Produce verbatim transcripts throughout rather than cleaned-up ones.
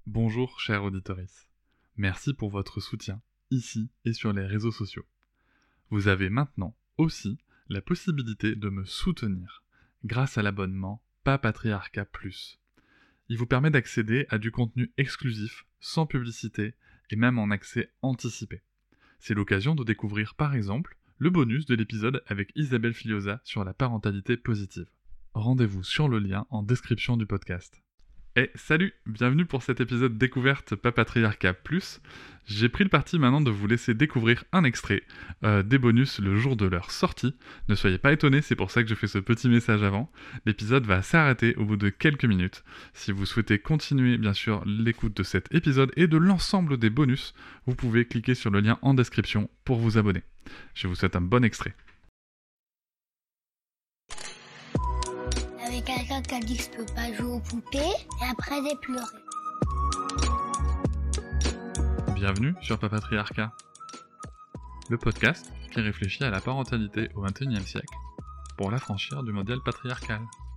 Bonjour chers auditeurs, merci pour votre soutien, ici et sur les réseaux sociaux. Vous avez maintenant aussi la possibilité de me soutenir grâce à l'abonnement Papatriarcat Plus. Il vous permet d'accéder à du contenu exclusif, sans publicité et même en accès anticipé. C'est l'occasion de découvrir par exemple le bonus de l'épisode avec Isabelle Filiosa sur la parentalité positive. Rendez-vous sur le lien en description du podcast. Et salut, bienvenue pour cet épisode découverte Papatriarcat Plus. J'ai pris le parti maintenant de vous laisser découvrir un extrait euh, des bonus le jour de leur sortie. Ne soyez pas étonnés, c'est pour ça que je fais ce petit message avant. L'épisode va s'arrêter au bout de quelques minutes. Si vous souhaitez continuer bien sûr l'écoute de cet épisode et de l'ensemble des bonus, vous pouvez cliquer sur le lien en description pour vous abonner. Je vous souhaite un bon extrait. Avec quelqu'un qui a dit que je peux pas jouer aux poupées, et après j'ai pleuré. Bienvenue sur Papatriarcat, le podcast qui réfléchit à la parentalité au vingt et unième siècle pour l'affranchir du modèle patriarcal.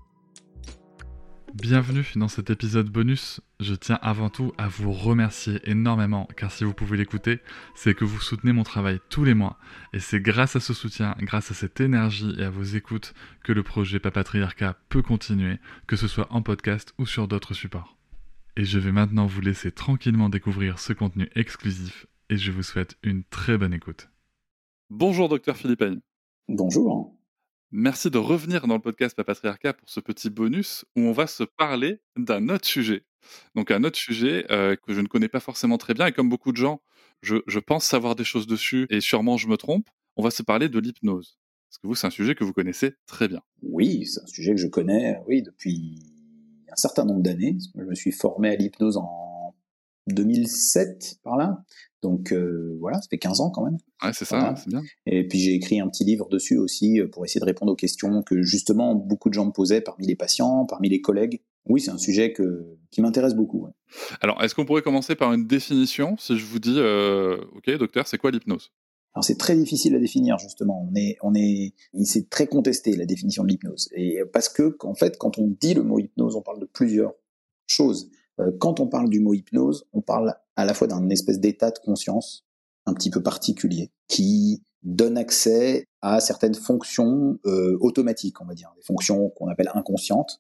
Bienvenue dans cet épisode bonus. Je tiens avant tout à vous remercier énormément, car si vous pouvez l'écouter, c'est que vous soutenez mon travail tous les mois, et c'est grâce à ce soutien, grâce à cette énergie et à vos écoutes que le projet Papatriarcat peut continuer, que ce soit en podcast ou sur d'autres supports. Et je vais maintenant vous laisser tranquillement découvrir ce contenu exclusif, et je vous souhaite une très bonne écoute. Bonjour docteur Philippine. Bonjour. Merci de revenir dans le podcast Papatriarcat pour ce petit bonus où on va se parler d'un autre sujet. Donc un autre sujet euh, que je ne connais pas forcément très bien, et comme beaucoup de gens, je, je pense savoir des choses dessus, et sûrement je me trompe. On va se parler de l'hypnose. Parce que vous, c'est un sujet que vous connaissez très bien. Oui, c'est un sujet que je connais oui, depuis un certain nombre d'années. Je me suis formé à l'hypnose en deux mille sept, par là. Donc euh, voilà, ça fait quinze ans quand même. Ouais, c'est ça, voilà. C'est bien. Et puis j'ai écrit un petit livre dessus aussi pour essayer de répondre aux questions que justement beaucoup de gens me posaient parmi les patients, parmi les collègues. Oui, c'est un sujet que, qui m'intéresse beaucoup. Ouais. Alors, est-ce qu'on pourrait commencer par une définition, si je vous dis, euh, ok docteur, c'est quoi l'hypnose ? Alors c'est très difficile à définir justement. On est, on est, c'est très contesté la définition de l'hypnose. Et parce que en fait, quand on dit le mot hypnose, on parle de plusieurs choses. Quand on parle du mot hypnose, on parle à la fois d'un espèce d'état de conscience un petit peu particulier qui donne accès à certaines fonctions euh, automatiques, on va dire, des fonctions qu'on appelle inconscientes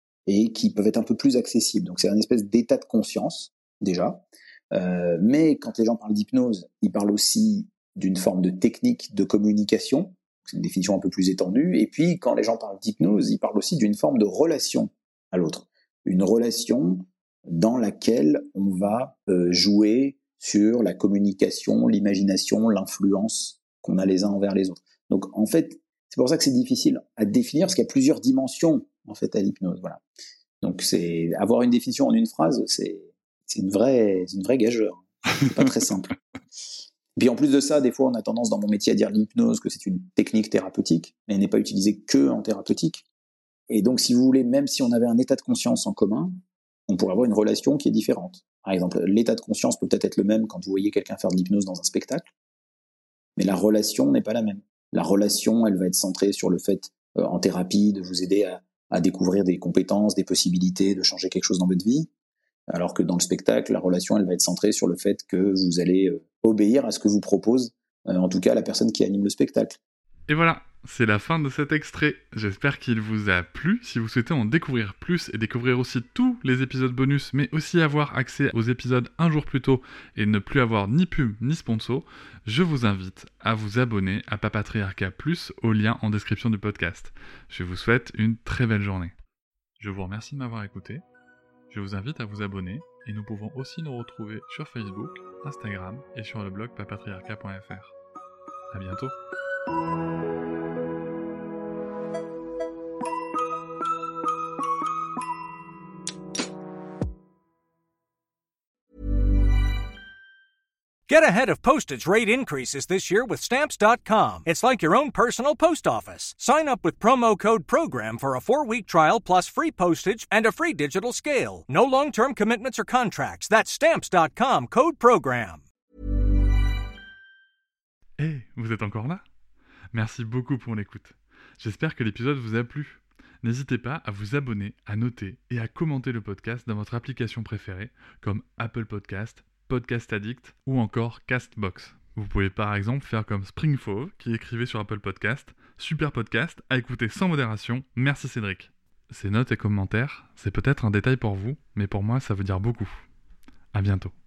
et qui peuvent être un peu plus accessibles. Donc c'est une espèce d'état de conscience déjà. Euh, mais quand les gens parlent d'hypnose, ils parlent aussi d'une forme de technique de communication. C'est une définition un peu plus étendue. Et puis quand les gens parlent d'hypnose, ils parlent aussi d'une forme de relation à l'autre, une relation dans laquelle on va euh, jouer sur la communication, l'imagination, l'influence qu'on a les uns envers les autres. Donc en fait, c'est pour ça que c'est difficile à définir, parce qu'il y a plusieurs dimensions en fait à l'hypnose. Voilà. Donc c'est avoir une définition en une phrase, c'est c'est une vraie c'est une vraie gageure. C'est pas très simple. Puis en plus de ça, des fois on a tendance dans mon métier à dire l'hypnose que c'est une technique thérapeutique, mais elle n'est pas utilisée que en thérapeutique. Et donc si vous voulez, même si on avait un état de conscience en commun, on pourrait avoir une relation qui est différente. Par exemple, l'état de conscience peut peut-être être le même quand vous voyez quelqu'un faire de l'hypnose dans un spectacle, mais la relation n'est pas la même. La relation, elle va être centrée sur le fait, euh, en thérapie, de vous aider à, à découvrir des compétences, des possibilités, de changer quelque chose dans votre vie, alors que dans le spectacle, la relation, elle va être centrée sur le fait que vous allez euh, obéir à ce que vous propose, euh, en tout cas la personne qui anime le spectacle. Et voilà, c'est la fin de cet extrait. J'espère qu'il vous a plu. Si vous souhaitez en découvrir plus et découvrir aussi tous les épisodes bonus, mais aussi avoir accès aux épisodes un jour plus tôt et ne plus avoir ni pub ni sponsor, je vous invite à vous abonner à Papatriarcat Plus au lien en description du podcast. Je vous souhaite une très belle journée. Je vous remercie de m'avoir écouté. Je vous invite à vous abonner et nous pouvons aussi nous retrouver sur Facebook, Instagram et sur le blog papatriarcat point f r. À bientôt. Get ahead of postage rate increases this year with Stamps dot com. It's like your own personal post office. Sign up with promo code PROGRAM for a four-week trial plus free postage and a free digital scale. No long-term commitments or contracts. That's Stamps dot com, code PROGRAM. Hey, vous êtes encore là ? Merci beaucoup pour l'écoute. J'espère que l'épisode vous a plu. N'hésitez pas à vous abonner, à noter et à commenter le podcast dans votre application préférée, comme Apple Podcast, Podcast Addict ou encore Castbox. Vous pouvez par exemple faire comme Springfove qui écrivait sur Apple Podcast « Super podcast, à écouter sans modération, merci Cédric ». Ces notes et commentaires, c'est peut-être un détail pour vous, mais pour moi ça veut dire beaucoup. À bientôt.